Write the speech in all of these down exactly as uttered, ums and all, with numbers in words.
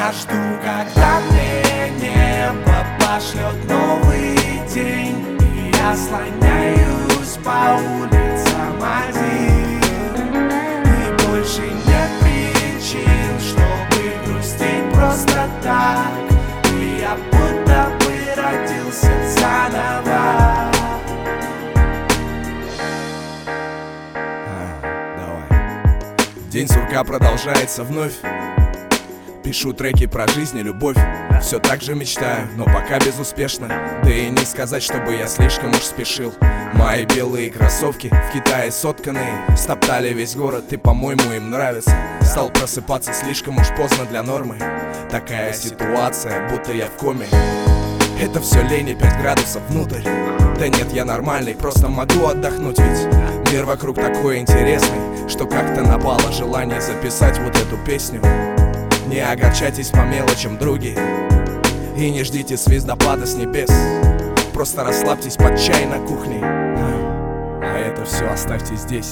Я жду, когда мне небо пошлет новый день, и я слоняюсь по улицам один. И больше нет причин, чтобы грустить просто так. И я будто бы родился заново. а, Давай. День сурка продолжается вновь. Пишу треки про жизнь и любовь. Все так же мечтаю, но пока безуспешно. Да и не сказать, чтобы я слишком уж спешил. Мои белые кроссовки в Китае сотканные стоптали весь город, и, по-моему, им нравится. Стал просыпаться слишком уж поздно для нормы. Такая ситуация, будто я в коме. Это все лень и пять градусов внутрь. Да нет, я нормальный, просто могу отдохнуть. Ведь мир вокруг такой интересный, что как-то напало желание записать вот эту песню. Не огорчайтесь по мелочам, други, и не ждите звездопада с небес. Просто расслабьтесь под чай на кухне, а это все оставьте здесь.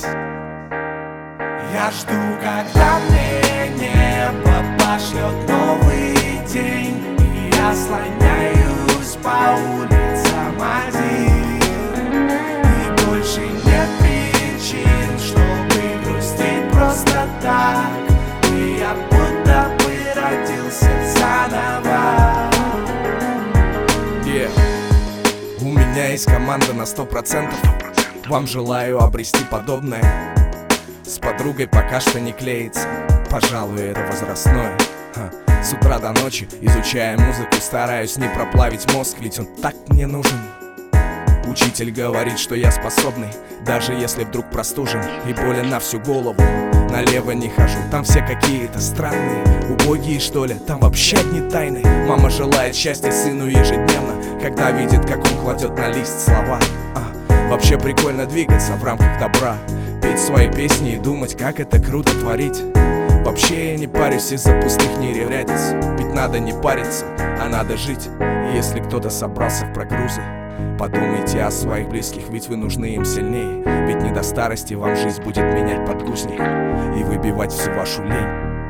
Я жду, когда мне небо пошлет новый день, и я слоняюсь по улицам один. И больше нет причин, чтобы грустить просто так. И я будто бы родился заново. Yeah. У меня есть команда на сто процентов. Вам желаю обрести подобное. С подругой пока что не клеится. Пожалуй, это возрастное. Ха. С утра до ночи, изучая музыку, стараюсь не проплавить мозг, ведь он так мне нужен. Учитель говорит, что я способный, даже если вдруг простужен и болен на всю голову. Налево не хожу, там все какие-то странные, убогие что ли, там вообще одни тайны. Мама желает счастья сыну ежедневно, когда видит, как он кладет на лист слова. а, Вообще прикольно двигаться в рамках добра, петь свои песни и думать, как это круто творить. Вообще я не парюсь из-за пустых неверятиц, ведь надо не париться, а надо жить. И если кто-то собрался в прогрузы, подумайте о своих близких, ведь вы нужны им сильнее. Ведь не до старости вам жизнь будет менять подгузник и выбивать всю вашу лень.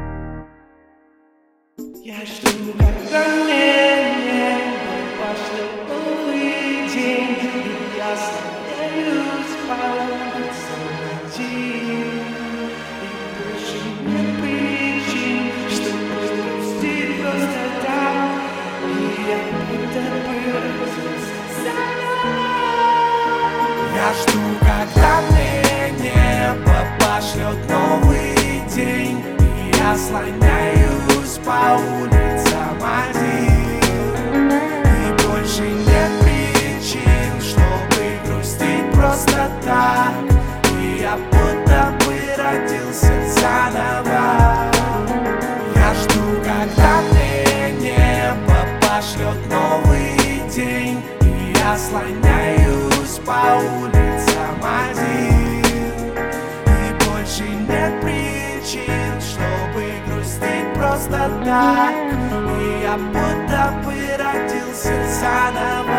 Я жду, когда мне небо пошлет новый день, и я слоняюсь по улицам один. И больше нет причин, чтобы грустить просто так. И я будто бы родился заново. Я жду, когда мне небо пошлет новый день, и я слоняюсь по улицам один. И больше нет причин, чтобы грустить просто так. И я будто бы родился заново. Я жду, когда мне небо пошлет новый день, и я слоняюсь по улицам один. И больше нет причин, чтобы грустить просто так. И я будто бы родился заново.